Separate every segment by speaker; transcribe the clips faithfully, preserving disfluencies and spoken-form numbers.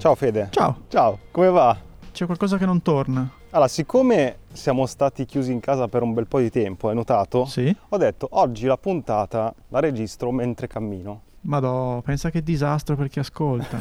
Speaker 1: Ciao Fede.
Speaker 2: Ciao.
Speaker 1: Ciao, come va?
Speaker 2: C'è qualcosa che non torna.
Speaker 1: Allora, siccome siamo stati chiusi in casa per un bel po' di tempo, hai notato?
Speaker 2: Sì?
Speaker 1: Ho detto, oggi la puntata la registro mentre cammino.
Speaker 2: Madò, pensa che disastro per chi ascolta.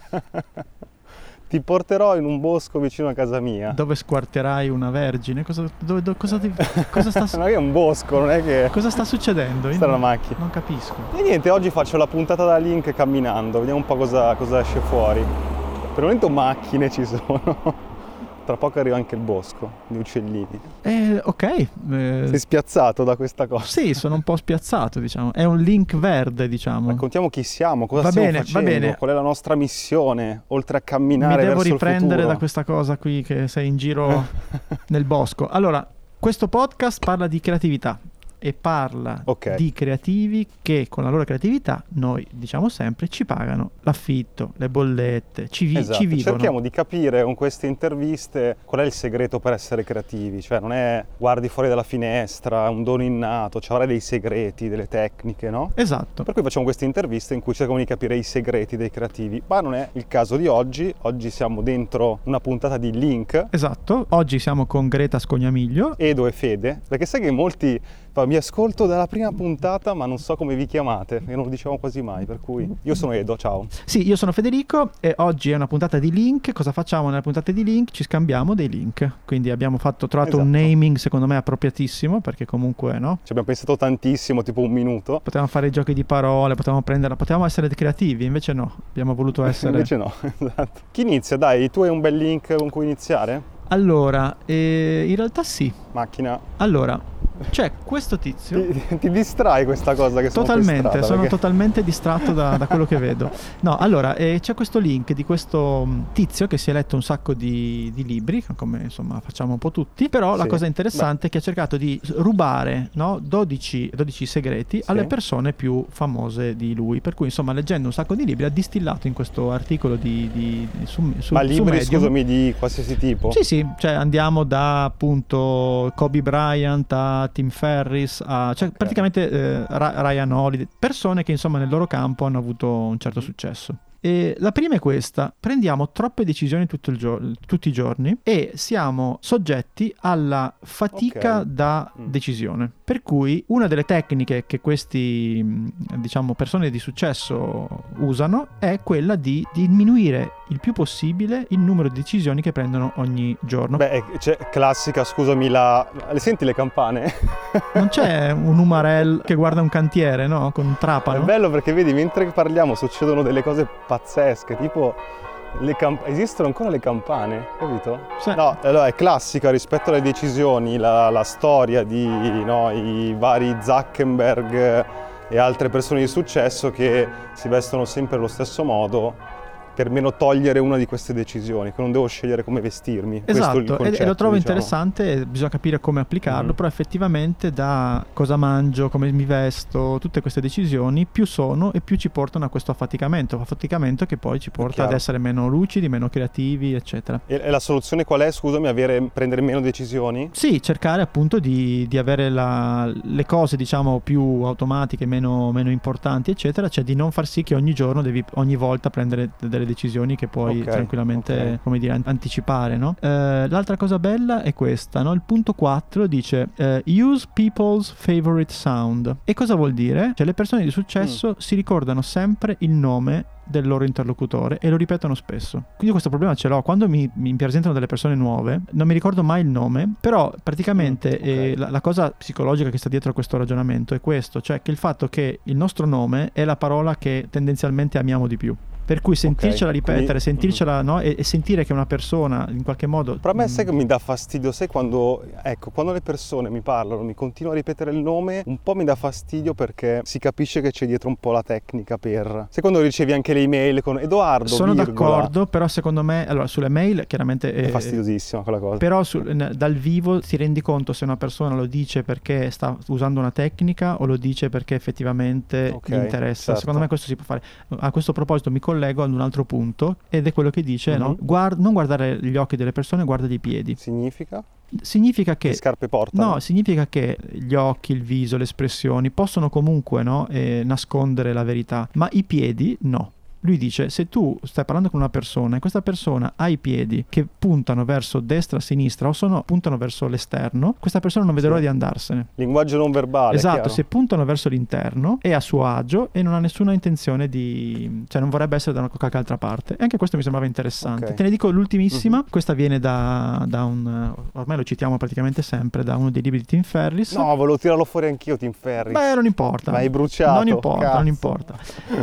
Speaker 1: Ti porterò in un bosco vicino a casa mia.
Speaker 2: Dove squarterai una vergine? Cosa, dove, dove, cosa, ti, cosa, sta,
Speaker 1: Non è un bosco, non è che...
Speaker 2: cosa sta succedendo? Io
Speaker 1: Sta una
Speaker 2: non,
Speaker 1: macchina.
Speaker 2: non capisco.
Speaker 1: E niente, oggi faccio la puntata da Link camminando, vediamo un po' cosa, cosa esce fuori. Per il momento macchine ci sono. Tra poco arriva anche il bosco di uccellini.
Speaker 2: Eh, ok. Eh,
Speaker 1: Sei spiazzato da questa cosa?
Speaker 2: Sì, sono un po' spiazzato, diciamo. È un Link verde, diciamo.
Speaker 1: Raccontiamo chi siamo, cosa
Speaker 2: va
Speaker 1: stiamo
Speaker 2: bene,
Speaker 1: facendo,
Speaker 2: va bene.
Speaker 1: qual è la nostra missione, oltre a camminare
Speaker 2: Mi devo
Speaker 1: verso il futuro.
Speaker 2: riprendere da questa cosa qui che sei in giro nel bosco. Allora, questo podcast parla di creatività e parla
Speaker 1: okay.
Speaker 2: di creativi che con la loro creatività, noi diciamo sempre, ci pagano l'affitto, le bollette, ci, vi-
Speaker 1: esatto.
Speaker 2: ci vivono.
Speaker 1: Cerchiamo di capire con queste interviste qual è il segreto per essere creativi, cioè non è guardi fuori dalla finestra, un dono innato, ci avrai dei segreti, delle tecniche, no?
Speaker 2: Esatto.
Speaker 1: Per cui facciamo queste interviste in cui cerchiamo di capire i segreti dei creativi, ma non è il caso di oggi. Oggi siamo dentro una puntata di Link.
Speaker 2: Esatto, oggi siamo con Greta Scognamiglio.
Speaker 1: Edo e Fede, perché sai che molti mi ascolto dalla prima puntata ma non so come vi chiamate e non lo diciamo quasi mai, per cui io sono Edo, ciao.
Speaker 2: Sì, io sono Federico e oggi è una puntata di Link. Cosa facciamo nelle puntate di Link? Ci scambiamo dei link, quindi abbiamo fatto, trovato
Speaker 1: esatto.
Speaker 2: un naming secondo me appropriatissimo, perché comunque no?
Speaker 1: Ci abbiamo pensato tantissimo, tipo un minuto.
Speaker 2: Potevamo fare giochi di parole, potevamo prendere, potevamo essere creativi, invece no, abbiamo voluto essere...
Speaker 1: invece no, esatto. Chi inizia? Dai, tu hai un bel link con cui iniziare?
Speaker 2: Allora, eh, in realtà sì.
Speaker 1: Macchina.
Speaker 2: Allora, c'è questo tizio.
Speaker 1: Ti, ti distrae questa cosa che sono
Speaker 2: totalmente,
Speaker 1: per strada,
Speaker 2: sono
Speaker 1: perché...
Speaker 2: totalmente distratto da, da quello che vedo. No, allora, eh, c'è questo link di questo tizio che si è letto un sacco di, di libri, come insomma facciamo un po' tutti, però sì. La cosa interessante Beh. è che ha cercato di rubare, no, dodici, dodici segreti sì. alle persone più famose di lui, per cui insomma leggendo un sacco di libri ha distillato in questo articolo di, di, di su, su,
Speaker 1: Ma
Speaker 2: su
Speaker 1: libri,
Speaker 2: Medium.
Speaker 1: scusami, di qualsiasi tipo?
Speaker 2: Sì, sì, cioè andiamo da appunto Kobe Bryant a Tim Ferriss, a, cioè okay. praticamente eh, Ryan Holiday, persone che insomma nel loro campo hanno avuto un certo successo. E la prima è questa: prendiamo troppe decisioni tutto il gio- tutti i giorni e siamo soggetti alla fatica okay. da mm. decisione. Per cui una delle tecniche che questi diciamo persone di successo usano è quella di diminuire il più possibile il numero di decisioni che prendono ogni giorno.
Speaker 1: Beh, c'è classica, scusami, la... le senti le campane?
Speaker 2: Non c'è un umarell che guarda un cantiere, no? Con un trapano.
Speaker 1: È bello perché vedi, mentre parliamo succedono delle cose pazzesche, tipo le camp- esistono ancora le campane, capito?
Speaker 2: Sì.
Speaker 1: No, allora è classica rispetto alle decisioni, la, la storia di no, i vari Zuckerberg e altre persone di successo che si vestono sempre allo stesso modo per meno togliere una di queste decisioni, che non devo scegliere come vestirmi.
Speaker 2: Esatto,
Speaker 1: Questo è il concetto,
Speaker 2: e lo trovo
Speaker 1: diciamo.
Speaker 2: interessante, bisogna capire come applicarlo, mm. però effettivamente da cosa mangio, come mi vesto, tutte queste decisioni più sono e più ci portano a questo affaticamento, affaticamento che poi ci porta ad essere meno lucidi, meno creativi, eccetera.
Speaker 1: E, e la soluzione qual è, scusami, avere, prendere meno decisioni?
Speaker 2: Sì, cercare appunto di, di avere la, le cose diciamo più automatiche, meno, meno importanti, eccetera, cioè di non far sì che ogni giorno devi ogni volta prendere delle decisioni che puoi okay, tranquillamente okay. come dire anticipare, no? Eh, l'altra cosa bella è questa, no? Il punto quattro dice eh, use people's favorite sound. E cosa vuol dire? Cioè le persone di successo mm. si ricordano sempre il nome del loro interlocutore e lo ripetono spesso. Quindi questo problema ce l'ho quando mi, mi presentano delle persone nuove, non mi ricordo mai il nome, però praticamente mm, okay. eh, la, la cosa psicologica che sta dietro a questo ragionamento è questo, cioè che il fatto che il nostro nome è la parola che tendenzialmente amiamo di più. Per cui sentircela okay, ripetere, quindi, sentircela no? e, e sentire che una persona in qualche modo...
Speaker 1: Però a me sai che mi dà fastidio, sai quando, ecco, quando le persone mi parlano, mi continuano a ripetere il nome, un po' mi dà fastidio perché si capisce che c'è dietro un po' la tecnica per... Sai quando ricevi anche le email con Edoardo,
Speaker 2: sono
Speaker 1: virgola.
Speaker 2: d'accordo, però secondo me, allora sulle mail chiaramente... È,
Speaker 1: è fastidiosissima quella cosa.
Speaker 2: Però su, dal vivo ti rendi conto se una persona lo dice perché sta usando una tecnica o lo dice perché effettivamente okay, gli interessa. Certo. Secondo me questo si può fare. A questo proposito mi collego ad un altro punto ed è quello che dice mm-hmm. no? Guard- non guardare gli occhi delle persone, guarda i piedi.
Speaker 1: Significa?
Speaker 2: Significa che
Speaker 1: le scarpe portano?
Speaker 2: No, significa che gli occhi, il viso, le espressioni possono comunque no, eh, nascondere la verità, ma i piedi no. Lui dice: se tu stai parlando con una persona e questa persona ha i piedi che puntano verso destra, sinistra o sono, puntano verso l'esterno, questa persona non vede l'ora sì. di andarsene.
Speaker 1: Linguaggio non verbale.
Speaker 2: Esatto,
Speaker 1: chiaro.
Speaker 2: se puntano verso l'interno è a suo agio e non ha nessuna intenzione di, cioè non vorrebbe essere da qualche altra parte. E anche questo mi sembrava interessante. Okay. Te ne dico l'ultimissima, uh-huh. questa viene da, da un, ormai lo citiamo praticamente sempre, da uno dei libri di Tim Ferriss.
Speaker 1: No, volevo tirarlo fuori anch'io Tim Ferriss.
Speaker 2: Beh, non importa.
Speaker 1: Ma hai bruciato.
Speaker 2: Non importa,
Speaker 1: cazzo.
Speaker 2: non importa.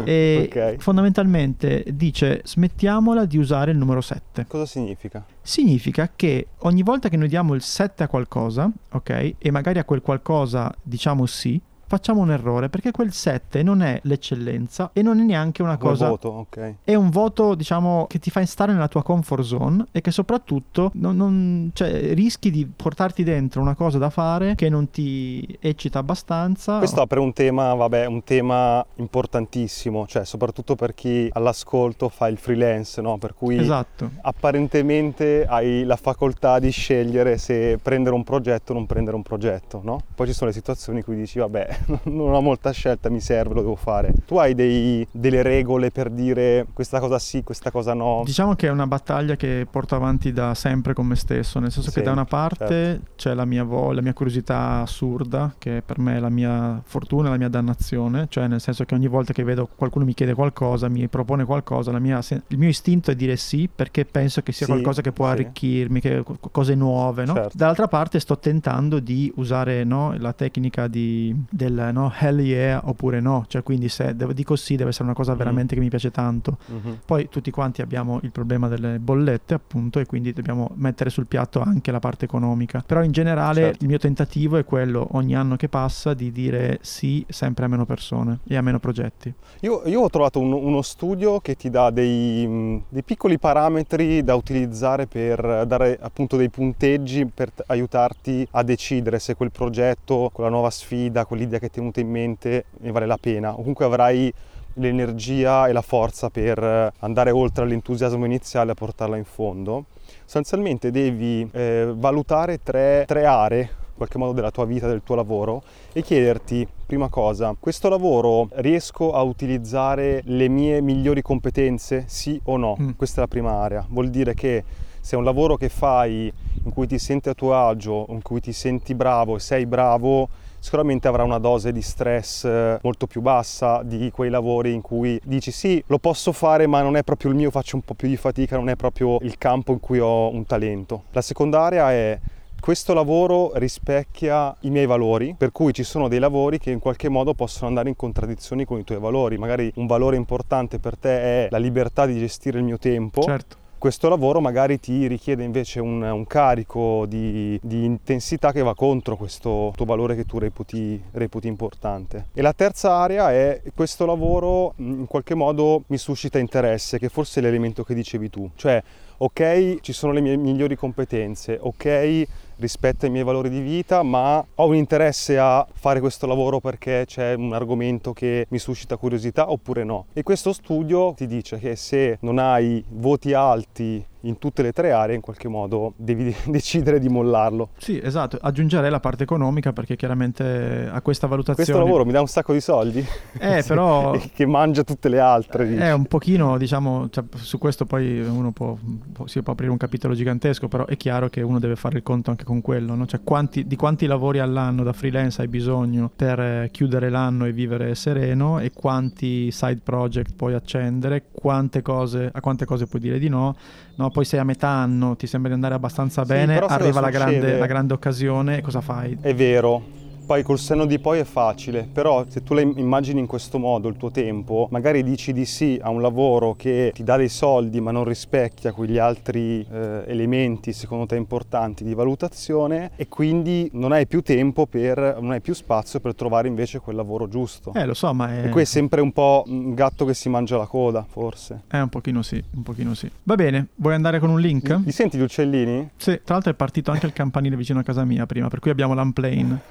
Speaker 2: E okay. fondamentalmente dice: smettiamola di usare il numero sette.
Speaker 1: Cosa significa?
Speaker 2: Significa che ogni volta che noi diamo il sette a qualcosa, ok, e magari a quel qualcosa diciamo sì, facciamo un errore, perché quel sette non è l'eccellenza e non è neanche una cosa...
Speaker 1: Un voto, ok.
Speaker 2: È un voto, diciamo, che ti fa stare nella tua comfort zone e che soprattutto non, non, cioè, rischi di portarti dentro una cosa da fare che non ti eccita abbastanza.
Speaker 1: Questo
Speaker 2: o...
Speaker 1: apre un tema, vabbè, un tema importantissimo, cioè soprattutto per chi all'ascolto fa il freelance, no? Per cui
Speaker 2: esatto.
Speaker 1: apparentemente hai la facoltà di scegliere se prendere un progetto o non prendere un progetto, no? Poi ci sono le situazioni in cui dici, vabbè, non ho molta scelta, mi serve, lo devo fare. Tu hai dei, delle regole per dire questa cosa sì, questa cosa no?
Speaker 2: Diciamo che è una battaglia che porto avanti da sempre con me stesso, nel senso sì, che da una parte certo. c'è la mia, vo- la mia curiosità assurda, che per me è la mia fortuna e la mia dannazione, cioè nel senso che ogni volta che vedo qualcuno mi chiede qualcosa, mi propone qualcosa, la mia, il mio istinto è dire sì, perché penso che sia sì, qualcosa che può sì. arricchirmi, che, cose nuove, no? Certo. Dall'altra parte sto tentando di usare, no, la tecnica di, del no, hell yeah oppure no, cioè quindi se devo, dico sì deve essere una cosa veramente mm. che mi piace tanto. Mm-hmm. Poi tutti quanti abbiamo il problema delle bollette appunto e quindi dobbiamo mettere sul piatto anche la parte economica, però in generale certo. il mio tentativo è quello ogni anno che passa di dire sì sempre a meno persone e a meno progetti.
Speaker 1: Io, io ho trovato un, uno studio che ti dà dei, dei piccoli parametri da utilizzare per dare appunto dei punteggi per t- aiutarti a decidere se quel progetto, quella nuova sfida, quell'idea che ti è venuta in mente ne vale la pena, o comunque avrai l'energia e la forza per andare oltre all'entusiasmo iniziale a portarla in fondo. Sostanzialmente devi eh, valutare tre, tre aree in qualche modo della tua vita, del tuo lavoro, e chiederti, prima cosa, questo lavoro riesco a utilizzare le mie migliori competenze, sì o no? Mm. Questa è la prima area. Vuol dire che se è un lavoro che fai in cui ti senti a tuo agio, in cui ti senti bravo e sei bravo, sicuramente avrà una dose di stress molto più bassa di quei lavori in cui dici sì, lo posso fare ma non è proprio il mio, faccio un po' più di fatica, non è proprio il campo in cui ho un talento. La seconda area è: questo lavoro rispecchia i miei valori, per cui ci sono dei lavori che in qualche modo possono andare in contraddizione con i tuoi valori. Magari un valore importante per te è la libertà di gestire il mio tempo.
Speaker 2: Certo.
Speaker 1: Questo lavoro magari ti richiede invece un, un carico di, di intensità che va contro questo tuo valore che tu reputi, reputi importante. E la terza area è: questo lavoro in qualche modo mi suscita interesse, che forse è l'elemento che dicevi tu. Cioè, ok, ci sono le mie migliori competenze, ok, rispetto ai miei valori di vita, ma ho un interesse a fare questo lavoro perché c'è un argomento che mi suscita curiosità oppure no. E questo studio ti dice che se non hai voti alti in tutte le tre aree, in qualche modo devi decidere di mollarlo.
Speaker 2: Sì, esatto. Aggiungerei la parte economica, perché chiaramente a questa valutazione...
Speaker 1: Questo lavoro mi dà un sacco di soldi?
Speaker 2: Eh, però...
Speaker 1: che mangia tutte le altre.
Speaker 2: È
Speaker 1: dici.
Speaker 2: un pochino, diciamo, cioè, su questo poi uno può, può, si può aprire un capitolo gigantesco, però è chiaro che uno deve fare il conto anche con quello, no? Cioè quanti, di quanti lavori all'anno da freelance hai bisogno per eh, chiudere l'anno e vivere sereno, e quanti side project puoi accendere, quante cose, a quante cose puoi dire di no. No, poi sei a metà anno, ti sembra di andare abbastanza sì, bene, arriva la grande, la grande occasione e cosa fai?
Speaker 1: È vero. Poi col senno di poi è facile, però se tu la immagini in questo modo il tuo tempo, magari dici di sì a un lavoro che ti dà dei soldi ma non rispecchia quegli altri eh, elementi secondo te importanti di valutazione, e quindi non hai più tempo per, non hai più spazio per trovare invece quel lavoro giusto.
Speaker 2: Eh, lo so, ma è...
Speaker 1: E qui è sempre un po' un gatto che si mangia la coda, forse.
Speaker 2: Eh, un pochino sì, un pochino sì. Va bene, vuoi andare con un link?
Speaker 1: Li, li senti gli uccellini?
Speaker 2: Sì, tra l'altro è partito anche il campanile vicino a casa mia prima, per cui abbiamo l'unplane.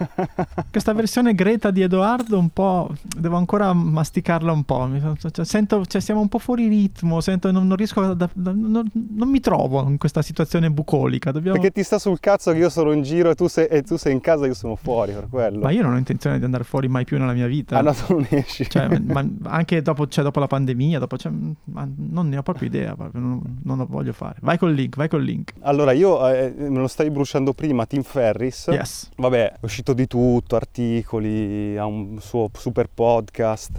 Speaker 2: questa versione Greta di Edoardo un po', devo ancora masticarla un po', cioè, sento, cioè, siamo un po' fuori ritmo, sento, non, non riesco a, da, da, non, non mi trovo in questa situazione bucolica. Dobbiamo...
Speaker 1: Perché ti sta sul cazzo che io sono in giro e tu sei, e tu sei in casa e io sono fuori, per quello.
Speaker 2: Ma io non ho intenzione di andare fuori mai più nella mia vita.
Speaker 1: Ah no, tu non esci.
Speaker 2: Cioè, ma anche dopo, cioè, dopo la pandemia, dopo, cioè, non ne ho proprio idea, proprio, non, non lo voglio fare. Vai col link, vai col link.
Speaker 1: Allora, io eh, me lo stai bruciando prima, Tim Ferriss.
Speaker 2: Yes.
Speaker 1: Vabbè, è uscito di tutto, articoli, ha un suo super podcast,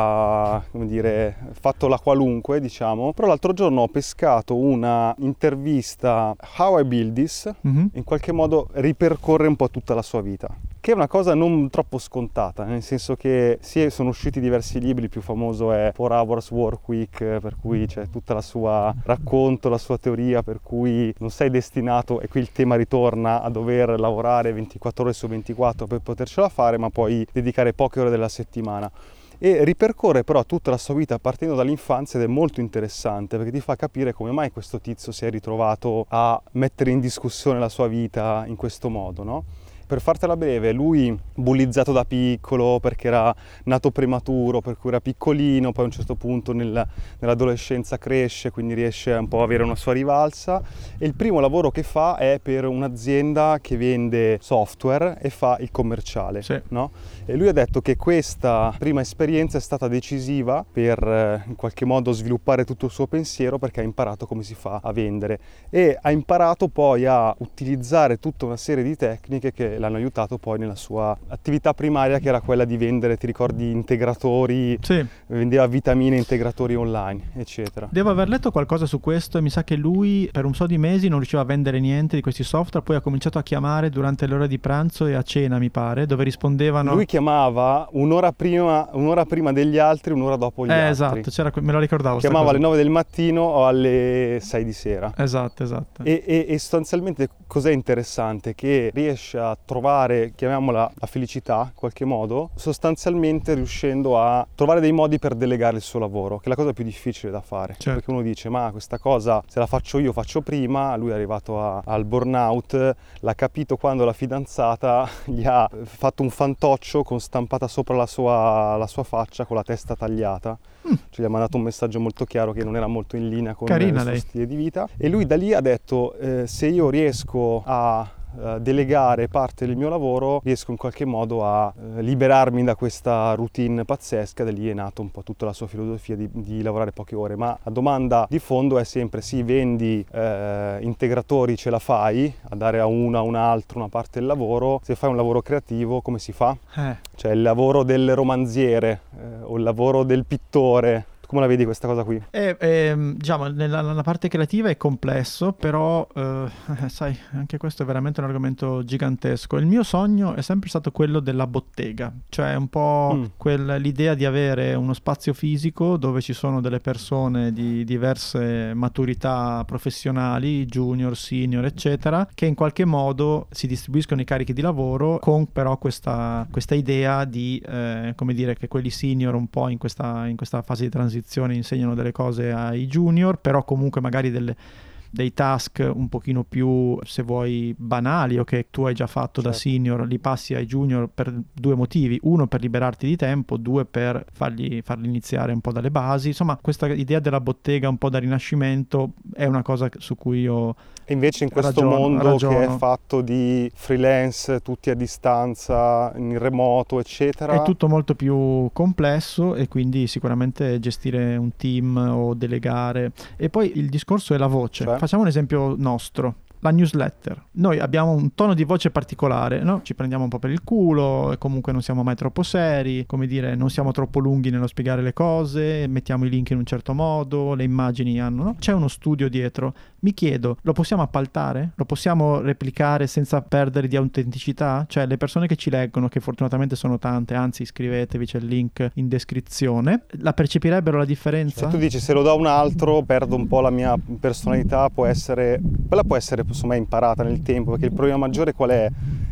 Speaker 1: ha, come dire, fatto la qualunque, diciamo. Però l'altro giorno ho pescato una intervista, How I Build This, mm-hmm. in qualche modo ripercorre un po' tutta la sua vita. Che è una cosa non troppo scontata, nel senso che sì, sono usciti diversi libri, il più famoso è Four Hours Work Week, per cui c'è tutta la sua racconto, la sua teoria, per cui non sei destinato, e qui il tema ritorna, a dover lavorare ventiquattro ore su ventiquattro per potercela fare, ma poi dedicare poche ore della settimana. E ripercorre però tutta la sua vita partendo dall'infanzia, ed è molto interessante perché ti fa capire come mai questo tizio si è ritrovato a mettere in discussione la sua vita in questo modo, no? Per fartela breve, lui bullizzato da piccolo perché era nato prematuro, per cui era piccolino, poi a un certo punto nel, nell'adolescenza cresce, quindi riesce un po' a avere una sua rivalsa, e il primo lavoro che fa è per un'azienda che vende software e fa il commerciale, sì. no? E lui ha detto che questa prima esperienza è stata decisiva per eh, in qualche modo sviluppare tutto il suo pensiero, perché ha imparato come si fa a vendere e ha imparato poi a utilizzare tutta una serie di tecniche che l'hanno aiutato poi nella sua attività primaria, che era quella di vendere, ti ricordi, integratori, sì. vendeva vitamine, integratori online, eccetera.
Speaker 2: Devo aver letto qualcosa su questo, e mi sa che lui per un so di mesi non riusciva a vendere niente di questi software, poi ha cominciato a chiamare durante le ore di pranzo e a cena, mi pare, dove rispondevano...
Speaker 1: Lui chiamava un'ora prima, un'ora prima degli altri, un'ora dopo gli
Speaker 2: eh,
Speaker 1: altri.
Speaker 2: Esatto, c'era, me lo ricordavo.
Speaker 1: Chiamava alle nove del mattino o alle sei di sera.
Speaker 2: Esatto, esatto.
Speaker 1: E, e, e sostanzialmente cos'è interessante? Che riesce a trovare, chiamiamola, la felicità in qualche modo, sostanzialmente riuscendo a trovare dei modi per delegare il suo lavoro, che è la cosa più difficile da fare. Certo. Perché uno dice, ma questa cosa se la faccio io faccio prima. Lui è arrivato a, al burnout, l'ha capito quando la fidanzata gli ha fatto un fantoccio con stampata sopra la sua, la sua faccia con la testa tagliata. Mm. Cioè, gli ha mandato un messaggio molto chiaro che non era molto in linea con Carina, il suo lei. stile di vita, e lui da lì ha detto, eh, se io riesco a Uh, delegare parte del mio lavoro, riesco in qualche modo a uh, liberarmi da questa routine pazzesca. Da lì è nato un po' tutta la sua filosofia di, di lavorare poche ore. Ma la domanda di fondo è sempre: sì, vendi uh, integratori, ce la fai a dare a uno, a un altro una parte del lavoro. Se fai un lavoro creativo, come si fa? Eh. Cioè il lavoro del romanziere uh, o il lavoro del pittore. Come la vedi questa cosa qui?
Speaker 2: Eh, eh, diciamo, nella, nella parte creativa è complesso, però eh, sai, anche questo è veramente un argomento gigantesco. Il mio sogno è sempre stato quello della bottega, cioè un po' mm. quel, l'idea di avere uno spazio fisico dove ci sono delle persone di diverse maturità professionali, junior, senior, eccetera, che in qualche modo si distribuiscono i carichi di lavoro, con però questa, questa idea di, eh, come dire, che quelli senior un po' in questa, in questa fase di transizione insegnano delle cose ai junior, però comunque magari delle, dei task un pochino più, se vuoi, banali o che tu hai già fatto certo. da senior, li passi ai junior per due motivi: uno, per liberarti di tempo; due, per fargli, farli iniziare un po' dalle basi. Insomma, questa idea della bottega un po' da rinascimento è una cosa su cui io
Speaker 1: E invece in questo
Speaker 2: ragiono,
Speaker 1: mondo
Speaker 2: ragiono.
Speaker 1: che è fatto di freelance, tutti a distanza, in remoto, eccetera,
Speaker 2: è tutto molto più complesso, e quindi sicuramente gestire un team o delegare. E poi il discorso è la voce. Cioè? Facciamo un esempio nostro. La newsletter. Noi abbiamo un tono di voce particolare, no? Ci prendiamo un po' per il culo e comunque non siamo mai troppo seri, come dire, non siamo troppo lunghi nello spiegare le cose, mettiamo i link in un certo modo, le immagini hanno, no? C'è uno studio dietro. Mi chiedo, lo possiamo appaltare? Lo possiamo replicare senza perdere di autenticità? Cioè, le persone che ci leggono, che fortunatamente sono tante, anzi iscrivetevi, c'è il link in descrizione, la percepirebbero la differenza?
Speaker 1: Cioè, tu dici, se lo do a un altro perdo un po' la mia personalità, può essere, quella può essere insomma imparata nel tempo, perché il problema maggiore qual è?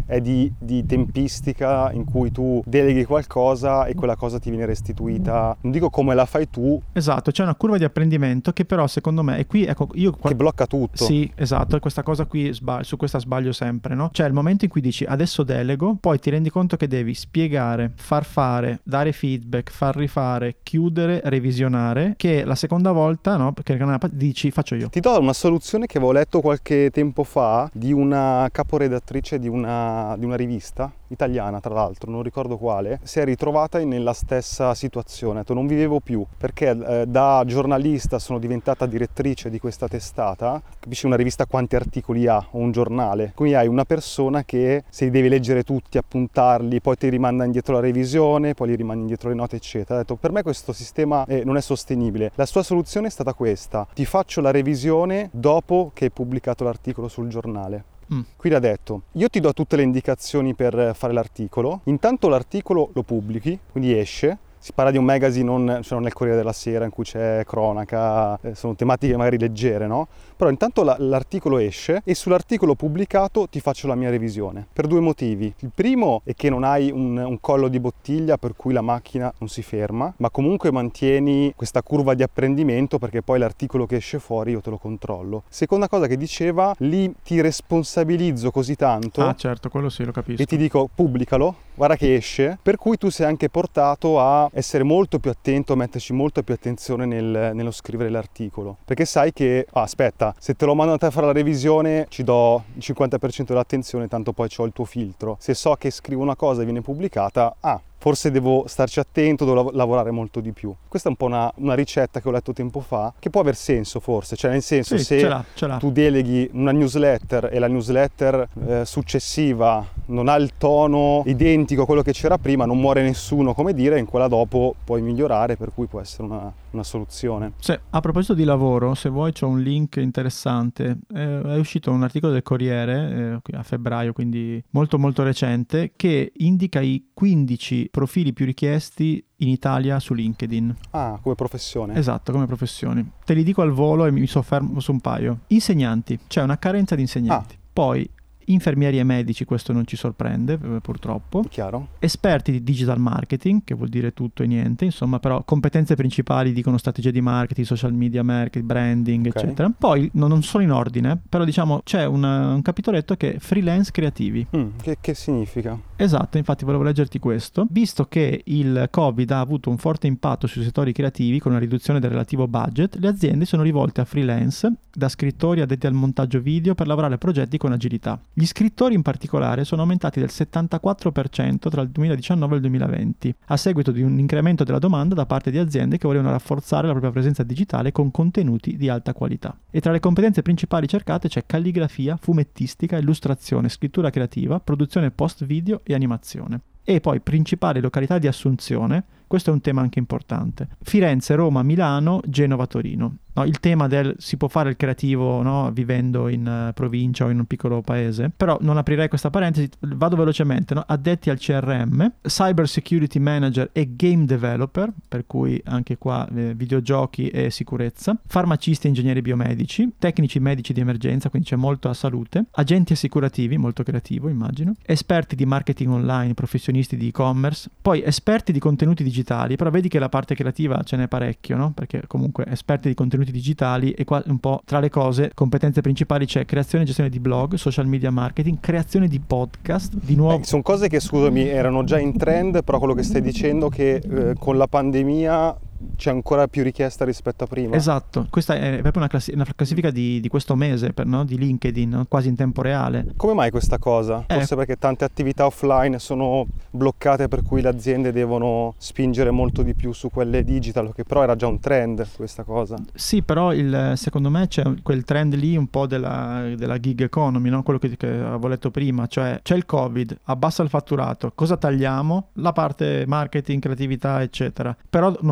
Speaker 1: è di, di tempistica in cui tu deleghi qualcosa e quella cosa ti viene restituita, non dico come la fai tu.
Speaker 2: Esatto, c'è una curva di apprendimento che però secondo me, e qui ecco io...
Speaker 1: Che blocca tutto.
Speaker 2: Sì, esatto, questa cosa qui sbaglio, su questa sbaglio sempre, no? Cioè il momento in cui dici adesso delego, poi ti rendi conto che devi spiegare, far fare, dare feedback, far rifare, chiudere, revisionare, che la seconda volta, no? Perché dici faccio io.
Speaker 1: Ti do una soluzione che avevo letto qualche tempo fa di una caporedattrice di una, di una rivista italiana, tra l'altro, non ricordo quale, si è ritrovata nella stessa situazione. Ha detto non vivevo più perché eh, da giornalista sono diventata direttrice di questa testata. Capisci, una rivista quanti articoli ha o un giornale? Quindi hai una persona che se li devi leggere tutti, appuntarli, poi ti rimanda indietro la revisione, poi gli rimandi indietro le note, eccetera. Ha detto per me questo sistema eh, non è sostenibile. La sua soluzione è stata questa: ti faccio la revisione dopo che hai pubblicato l'articolo sul giornale. Mm. Quindi ha detto io ti do tutte le indicazioni per fare l'articolo, intanto l'articolo lo pubblichi, quindi esce. Si parla di un magazine, non, cioè non è il Corriere della Sera in cui c'è cronaca, eh, sono tematiche magari leggere, no? Però intanto la, l'articolo esce e sull'articolo pubblicato ti faccio la mia revisione. Per due motivi. Il primo è che non hai un, un collo di bottiglia per cui la macchina non si ferma, ma comunque mantieni questa curva di apprendimento perché poi l'articolo che esce fuori io te lo controllo. Seconda cosa che diceva, lì ti responsabilizzo così tanto.
Speaker 2: Ah certo, quello sì, lo capisco.
Speaker 1: E ti dico pubblicalo, guarda che esce, per cui tu sei anche portato a essere molto più attento, a metterci molto più attenzione nel, nello scrivere l'articolo, perché sai che ah, aspetta, se te lo mando a te a fare la revisione ci do il cinquanta per cento dell'attenzione, tanto poi c'ho il tuo filtro. Se so che scrivo una cosa e viene pubblicata, ah, forse devo starci attento, devo lavorare molto di più. Questa è un po' una, una ricetta che ho letto tempo fa, che può aver senso forse, cioè nel senso,
Speaker 2: sì,
Speaker 1: se
Speaker 2: ce l'ha, ce l'ha.
Speaker 1: tu deleghi una newsletter e la newsletter eh, successiva non ha il tono identico a quello che c'era prima, non muore nessuno, come dire, in quella dopo puoi migliorare, per cui può essere una, una soluzione.
Speaker 2: Sì, a proposito di lavoro, se vuoi c'ho un link interessante, eh, è uscito un articolo del Corriere eh, a febbraio, quindi molto molto recente, che indica i quindici profili più richiesti in Italia su LinkedIn.
Speaker 1: Ah, come professione.
Speaker 2: Esatto, come professioni. Te li dico al volo e mi soffermo su un paio. Insegnanti, c'è una carenza di insegnanti. Ah. Poi infermieri e medici, questo non ci sorprende purtroppo.
Speaker 1: Chiaro.
Speaker 2: Esperti di digital marketing, che vuol dire tutto e niente, insomma, però competenze principali dicono strategie di marketing, social media marketing, branding, okay, eccetera. Poi no, non sono in ordine, però diciamo c'è una, un capitoletto che è freelance creativi.
Speaker 1: Mm, che, che significa?
Speaker 2: Esatto, infatti volevo leggerti questo. Visto che il Covid ha avuto un forte impatto sui settori creativi con una riduzione del relativo budget, le aziende sono rivolte a freelance, da scrittori addetti al montaggio video, per lavorare a progetti con agilità. Gli scrittori in particolare sono aumentati del settantaquattro per cento tra il duemiladiciannove e il duemilaventi, a seguito di un incremento della domanda da parte di aziende che volevano rafforzare la propria presenza digitale con contenuti di alta qualità. E tra le competenze principali cercate c'è calligrafia, fumettistica, illustrazione, scrittura creativa, produzione post video e animazione. E poi principali località di assunzione, questo è un tema anche importante: Firenze, Roma, Milano, Genova, Torino. No, il tema del si può fare il creativo, no, vivendo in uh, provincia o in un piccolo paese, però non aprirei questa parentesi, vado velocemente, no? Addetti al C R M, cyber security manager e game developer, per cui anche qua eh, videogiochi e sicurezza, farmacisti e ingegneri biomedici, tecnici medici di emergenza, quindi c'è molto a salute, agenti assicurativi, molto creativo immagino, esperti di marketing online, professionisti di e-commerce, poi esperti di contenuti digitali, però vedi che la parte creativa ce n'è parecchio, no? Perché comunque esperti di contenuti digitali, e qua un po' tra le cose, competenze principali c'è creazione e gestione di blog, social media marketing, creazione di podcast, di nuovo.
Speaker 1: Eh, sono cose che, scusami, erano già in trend, però quello che stai dicendo che eh, con la pandemia c'è ancora più richiesta rispetto a prima.
Speaker 2: Esatto, questa è proprio una, classi- una classifica di, di questo mese, per, no? Di LinkedIn, no? Quasi in tempo reale.
Speaker 1: Come mai questa cosa?
Speaker 2: Eh.
Speaker 1: Forse perché tante attività offline sono bloccate, per cui le aziende devono spingere molto di più su quelle digital, che però era già un trend questa cosa.
Speaker 2: Sì, però il, secondo me c'è quel trend lì un po' della, della gig economy, no? Quello che, che avevo letto prima, cioè c'è il Covid, abbassa il fatturato, cosa tagliamo? La parte marketing, creatività, eccetera. Però non possiamo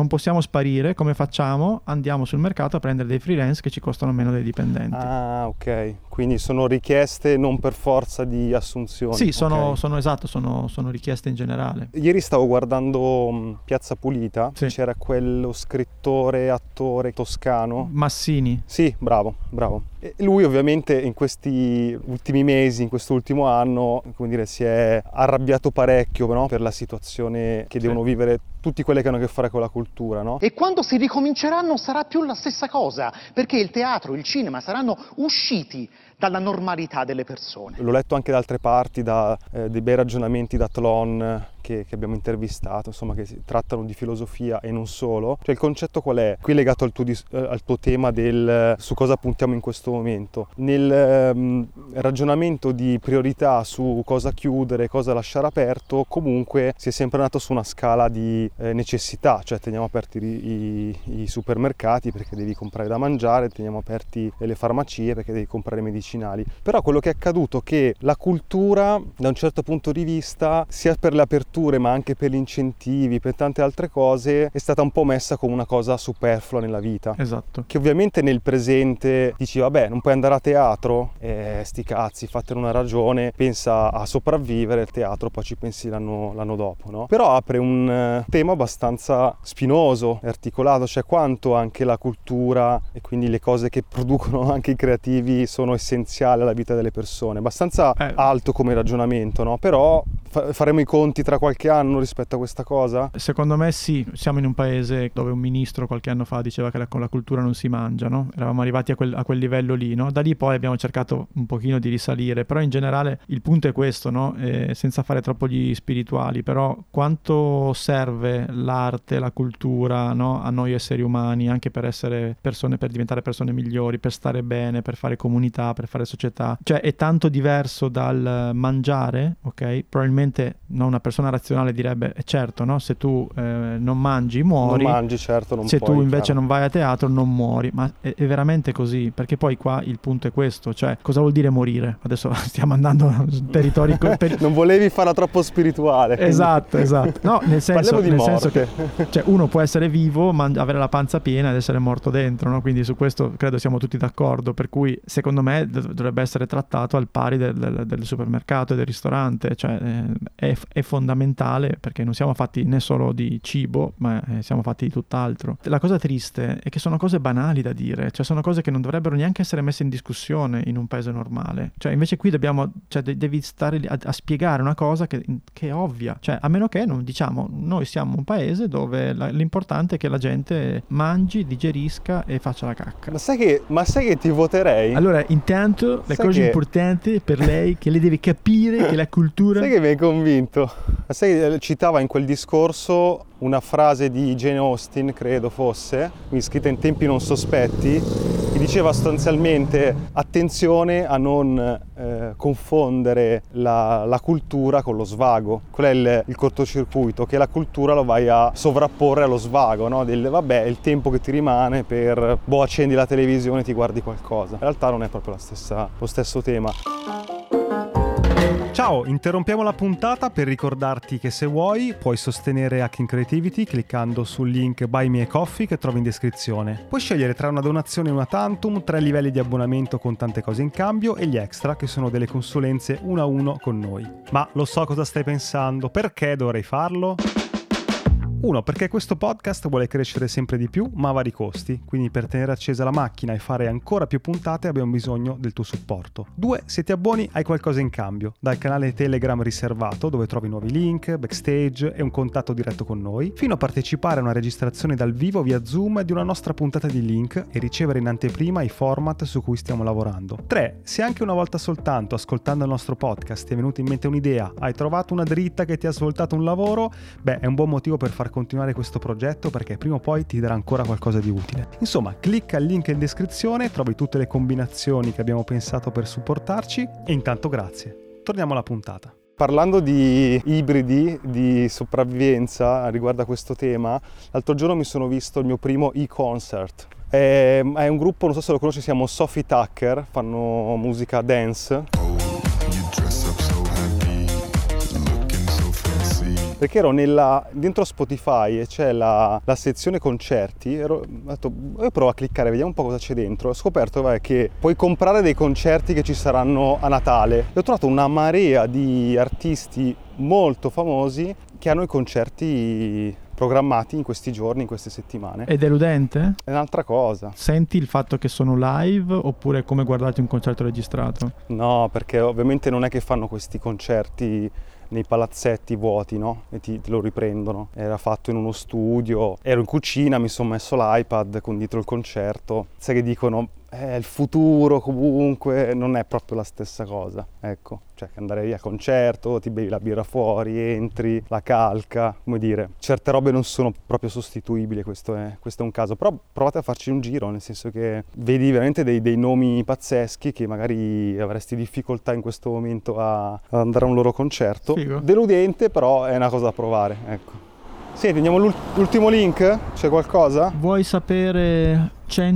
Speaker 2: sparire, come facciamo? Andiamo sul mercato a prendere dei freelance che ci costano meno dei dipendenti.
Speaker 1: Ah, ok. Quindi sono richieste non per forza di assunzioni.
Speaker 2: Sì, sono,
Speaker 1: okay.
Speaker 2: sono esatto, sono, sono richieste in generale.
Speaker 1: Ieri stavo guardando um, Piazza Pulita,
Speaker 2: sì.
Speaker 1: C'era quello scrittore, attore toscano.
Speaker 2: Massini.
Speaker 1: Sì, bravo, bravo. E lui ovviamente in questi ultimi mesi, in quest'ultimo anno, come dire, si è arrabbiato parecchio, no? Per la situazione che sì. devono vivere tutti quelli che hanno a che fare con la cultura, no?
Speaker 3: E quando si ricomincerà non sarà più la stessa cosa, perché il teatro, il cinema saranno usciti dalla normalità delle persone.
Speaker 1: L'ho letto anche da altre parti, da eh, dei bei ragionamenti da Tlon che, che abbiamo intervistato, insomma, che si, trattano di filosofia e non solo. Cioè il concetto qual è? Qui legato al tuo, dis- al tuo tema del su cosa puntiamo in questo momento. Nel ehm, ragionamento di priorità su cosa chiudere, cosa lasciare aperto, comunque si è sempre andato su una scala di eh, necessità, cioè teniamo aperti i, i, i supermercati perché devi comprare da mangiare, teniamo aperti le farmacie perché devi comprare medicinali. Però quello che è accaduto è che la cultura, da un certo punto di vista, sia per le aperture ma anche per gli incentivi, per tante altre cose, è stata un po' messa come una cosa superflua nella vita.
Speaker 2: Esatto.
Speaker 1: Che ovviamente nel presente dici vabbè, non puoi andare a teatro? Eh, sti cazzi, fatene una ragione, pensa a sopravvivere il teatro, poi ci pensi l'anno, l'anno dopo, no? Però apre un uh, tema abbastanza spinoso e articolato, cioè quanto anche la cultura e quindi le cose che producono anche i creativi sono essenziali alla vita delle persone. Abbastanza eh. alto come ragionamento, no? Però fa- faremo i conti tra qualche anno rispetto a questa cosa?
Speaker 2: Secondo me sì, siamo in un paese dove un ministro qualche anno fa diceva che la, con la cultura non si mangia, no? Eravamo arrivati a quel, a quel livello lì, no? Da lì poi abbiamo cercato un pochino di risalire, però in generale il punto è questo, no? Eh, senza fare troppo gli spirituali, però quanto serve l'arte, la cultura, no? A noi esseri umani, anche per essere persone, per diventare persone migliori, per stare bene, per fare comunità, per fare società, cioè è tanto diverso dal mangiare, ok? Probabilmente no, una persona razionale direbbe eh, certo, no? Se tu eh, non mangi muori,
Speaker 1: non mangi, certo, non
Speaker 2: se
Speaker 1: puoi,
Speaker 2: tu invece
Speaker 1: chiaro.
Speaker 2: non vai a teatro non muori, ma è, è veramente così, perché poi qua il punto è questo, cioè cosa vuol dire morire? Adesso stiamo andando su territori per...
Speaker 1: non volevi farla troppo spirituale, quindi...
Speaker 2: esatto, esatto, no, nel senso,
Speaker 1: di
Speaker 2: nel
Speaker 1: morte.
Speaker 2: senso che cioè, uno può essere vivo ma avere la panza piena ed essere morto dentro, no? Quindi su questo credo siamo tutti d'accordo, per cui secondo me dovrebbe essere trattato al pari del, del, del supermercato e del ristorante, cioè è, è fondamentale, perché non siamo fatti né solo di cibo ma siamo fatti di tutt'altro. La cosa triste è che sono cose banali da dire, cioè sono cose che non dovrebbero neanche essere messe in discussione in un paese normale, cioè invece qui dobbiamo, cioè de- devi stare lì a, a spiegare una cosa che, che è ovvia, cioè a meno che non diciamo noi siamo un paese dove la, l'importante è che la gente mangi, digerisca e faccia la cacca.
Speaker 1: Ma sai che, ma sai che ti voterei?
Speaker 2: Allora intanto la
Speaker 1: sai
Speaker 2: cosa
Speaker 1: che...
Speaker 2: importante per lei che lei deve capire che la cultura...
Speaker 1: Sai che mi hai convinto? Ma sai che citava in quel discorso una frase di Jane Austen, credo fosse, quindi scritta in tempi non sospetti, che diceva sostanzialmente attenzione a non eh, confondere la, la cultura con lo svago. Qual è il, il cortocircuito? Che la cultura lo vai a sovrapporre allo svago, no? Del vabbè, è il tempo che ti rimane per, boh, accendi la televisione e ti guardi qualcosa. In realtà non è proprio la stessa, lo stesso tema. Ciao, interrompiamo la puntata per ricordarti che se vuoi puoi sostenere Hacking Creativity cliccando sul link Buy Me a Coffee che trovi in descrizione. Puoi scegliere tra una donazione e una tantum, tre livelli di abbonamento con tante cose in cambio e gli extra che sono delle consulenze uno a uno con noi. Ma lo so cosa stai pensando, perché dovrei farlo? Uno, perché questo podcast vuole crescere sempre di più, ma a vari costi, quindi per tenere accesa la macchina e fare ancora più puntate abbiamo bisogno del tuo supporto. Due, se ti abboni hai qualcosa in cambio, dal canale Telegram riservato dove trovi nuovi link, backstage e un contatto diretto con noi, fino a partecipare a una registrazione dal vivo via Zoom di una nostra puntata di Link e ricevere in anteprima i format su cui stiamo lavorando. Tre, se anche una volta soltanto ascoltando il nostro podcast ti è venuta in mente un'idea, hai trovato una dritta che ti ha svoltato un lavoro, beh è un buon motivo per far continuare questo progetto perché prima o poi ti darà ancora qualcosa di utile. Insomma, clicca il link in descrizione, trovi tutte le combinazioni che abbiamo pensato per supportarci e intanto grazie. Torniamo alla puntata. Parlando di ibridi, di sopravvivenza riguardo a questo tema, l'altro giorno mi sono visto il mio primo e-concert. È, è un gruppo, non so se lo conosci, si chiama Sophie Tucker, fanno musica dance. perché ero nella, dentro Spotify e c'è la, la sezione concerti, ero, ho detto, io provo a cliccare, vediamo un po' cosa c'è dentro. Ho scoperto vabbè, che puoi comprare dei concerti che ci saranno a Natale. E ho trovato una marea di artisti molto famosi che hanno i concerti programmati in questi giorni, in queste settimane.
Speaker 2: È deludente?
Speaker 1: È un'altra cosa.
Speaker 2: Senti il fatto che sono live oppure è come guardarti un concerto registrato?
Speaker 1: No, perché ovviamente non è che fanno questi concerti nei palazzetti vuoti, no? E ti, te lo riprendono. Era fatto in uno studio, ero in cucina, mi sono messo l'iPad con dietro il concerto. Sai che dicono, è il futuro comunque, non è proprio la stessa cosa, ecco. Cioè che andare via a concerto, ti bevi la birra fuori, entri, la calca, come dire. Certe robe non sono proprio sostituibili, questo è, questo è un caso. Però provate a farci un giro, nel senso che vedi veramente dei, dei nomi pazzeschi che magari avresti difficoltà in questo momento a, a andare a un loro concerto.
Speaker 2: Figo.
Speaker 1: Deludente, però è una cosa da provare, ecco. Senti, andiamo all'ultimo link? C'è qualcosa?
Speaker 2: Vuoi sapere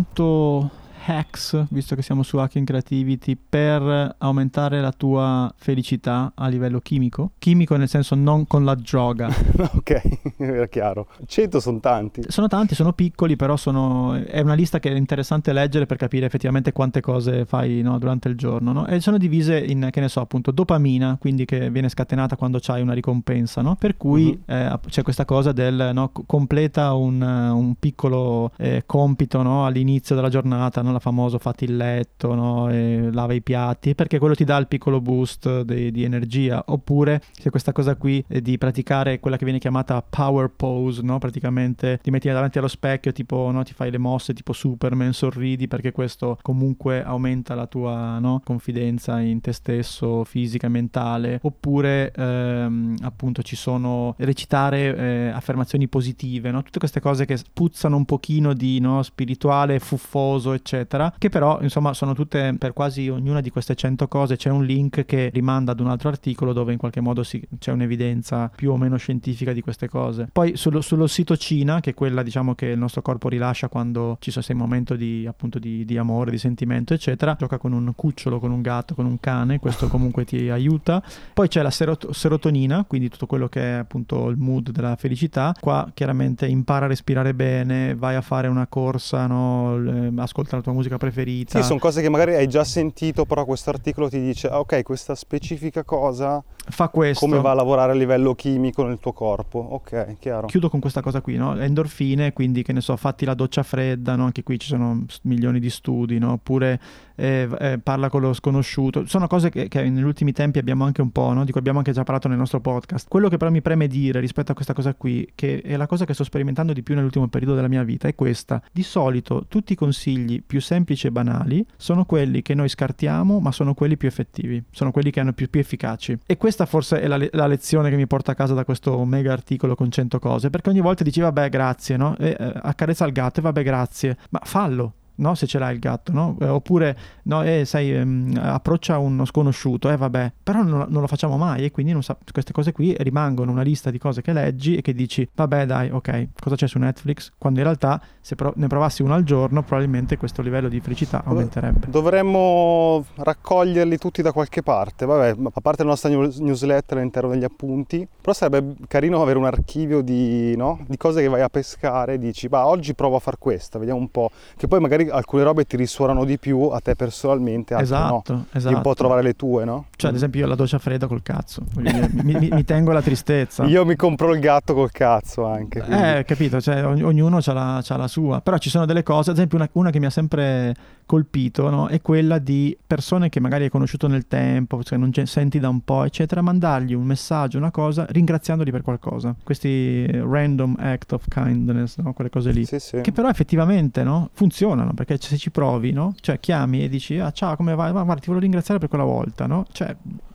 Speaker 2: cento hacks, visto che siamo su Hacking Creativity, per aumentare la tua felicità a livello chimico? Chimico nel senso non con la droga.
Speaker 1: Ok, è chiaro. cento sono tanti.
Speaker 2: Sono tanti, sono piccoli, però sono è una lista che è interessante leggere per capire effettivamente quante cose fai, no, durante il giorno, no? E sono divise in, che ne so, appunto, dopamina, quindi che viene scatenata quando c'hai una ricompensa, no? Per cui mm-hmm. eh, c'è questa cosa del, no, completa un, un piccolo eh, compito, no, all'inizio della giornata, no? La famoso fatti il letto, no? E lava i piatti, perché quello ti dà il piccolo boost di, di energia. Oppure c'è questa cosa qui eh, di praticare quella che viene chiamata power pose, no? Praticamente ti metti davanti allo specchio, tipo, no, ti fai le mosse tipo Superman, sorridi, perché questo comunque aumenta la tua, no, confidenza in te stesso, fisica e mentale. Oppure ehm, appunto ci sono recitare eh, affermazioni positive, no? Tutte queste cose che puzzano un pochino di, no, spirituale, fuffoso, eccetera, che però insomma sono tutte, per quasi ognuna di queste cento cose c'è un link che rimanda ad un altro articolo dove in qualche modo si, c'è un'evidenza più o meno scientifica di queste cose. Poi sullo, sull'ossitocina, che è quella, diciamo, che il nostro corpo rilascia quando ci sono sei momenti di, appunto, di, di amore, di sentimento, eccetera. Gioca con un cucciolo, con un gatto, con un cane, questo comunque ti aiuta. Poi c'è la serot- serotonina, quindi tutto quello che è appunto il mood della felicità. Qua chiaramente impara a respirare bene, vai a fare una corsa, no? Ascolta la tua musica preferita.
Speaker 1: Sì, sono cose che magari hai già sentito, però questo articolo ti dice ah, ok, questa specifica cosa
Speaker 2: fa questo,
Speaker 1: come va a lavorare a livello chimico nel tuo corpo. Ok, chiaro.
Speaker 2: Chiudo con questa cosa qui, no? Endorfine, quindi che ne so, fatti la doccia fredda, no? Anche qui ci sono milioni di studi, no? Oppure eh, eh, parla con lo sconosciuto. Sono cose che, che negli ultimi tempi abbiamo anche un po', no? Di cui abbiamo anche già parlato nel nostro podcast. Quello che però mi preme dire rispetto a questa cosa qui, che è la cosa che sto sperimentando di più nell'ultimo periodo della mia vita, è questa. Di solito tutti i consigli più semplici e banali sono quelli che noi scartiamo, ma sono quelli più effettivi, sono quelli che hanno più, più efficaci. E questa forse è la, la lezione che mi porta a casa da questo mega articolo con cento cose, perché ogni volta dici vabbè grazie, no? E, eh, accarezza il gatto e vabbè grazie, ma fallo, no? Se ce l'hai il gatto, no? Eh, oppure no, eh, sai, ehm, approccia uno sconosciuto, eh vabbè, però non, non lo facciamo mai e quindi non sa- queste cose qui rimangono una lista di cose che leggi e che dici vabbè dai, ok, cosa c'è su Netflix? Quando in realtà se pro- ne provassi uno al giorno probabilmente questo livello di felicità aumenterebbe.
Speaker 1: Dovremmo raccoglierli tutti da qualche parte, vabbè, a parte la nostra news- newsletter all'interno degli appunti, però sarebbe carino avere un archivio di, no? di cose che vai a pescare e dici bah oggi provo a far questa, vediamo un po', che poi magari alcune robe ti risuonano di più a te personalmente, altre
Speaker 2: esatto,
Speaker 1: no.
Speaker 2: Esatto.
Speaker 1: Devi un po' trovare le tue, no?
Speaker 2: Cioè, ad esempio, io la doccia fredda col cazzo. mi, mi, mi tengo la tristezza.
Speaker 1: Io mi compro il gatto col cazzo anche. Quindi.
Speaker 2: Eh, capito, cioè ogn- ognuno c'ha la, c'ha la sua. Però ci sono delle cose, ad esempio una, una che mi ha sempre colpito, no? È quella di persone che magari hai conosciuto nel tempo, cioè non senti da un po', eccetera, mandargli un messaggio, una cosa, ringraziandoli per qualcosa. Questi random act of kindness, no? Quelle cose lì.
Speaker 1: Sì, sì.
Speaker 2: Che però effettivamente, no? Funzionano, perché se ci provi, no? Cioè chiami e dici, ah ciao, come vai? Ma guarda, ti volevo ringraziare per quella volta, no? Cioè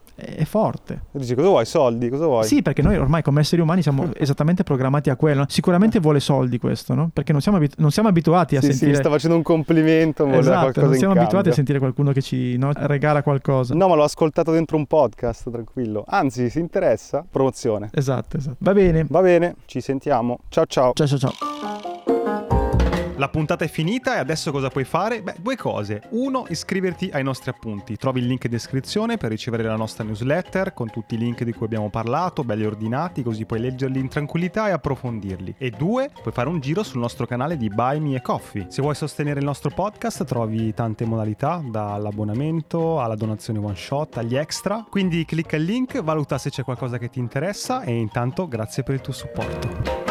Speaker 2: è forte.
Speaker 1: E dici cosa vuoi? Soldi? Cosa vuoi?
Speaker 2: Sì, perché noi ormai come esseri umani siamo esattamente programmati a quello. Sicuramente vuole soldi questo, no? Perché non siamo, abitu- non siamo abituati a
Speaker 1: sì,
Speaker 2: sentire.
Speaker 1: Sì, mi sta facendo un complimento, voleva
Speaker 2: esatto,
Speaker 1: qualcosa
Speaker 2: non siamo
Speaker 1: in
Speaker 2: abituati
Speaker 1: cambio.
Speaker 2: a sentire qualcuno che ci, no, regala qualcosa.
Speaker 1: No, ma l'ho ascoltato dentro un podcast, tranquillo. Anzi, si interessa? Promozione.
Speaker 2: Esatto, esatto. Va bene.
Speaker 1: Va bene, ci sentiamo. Ciao ciao.
Speaker 2: Ciao ciao ciao.
Speaker 1: La puntata è finita e adesso cosa puoi fare? Beh, due cose. Uno, iscriverti ai nostri appunti. Trovi il link in descrizione per ricevere la nostra newsletter con tutti i link di cui abbiamo parlato, belli ordinati, così puoi leggerli in tranquillità e approfondirli. E due, puoi fare un giro sul nostro canale di Buy Me a Coffee. Se vuoi sostenere il nostro podcast trovi tante modalità, dall'abbonamento alla donazione one shot, agli extra. Quindi clicca il link, valuta se c'è qualcosa che ti interessa e intanto grazie per il tuo supporto.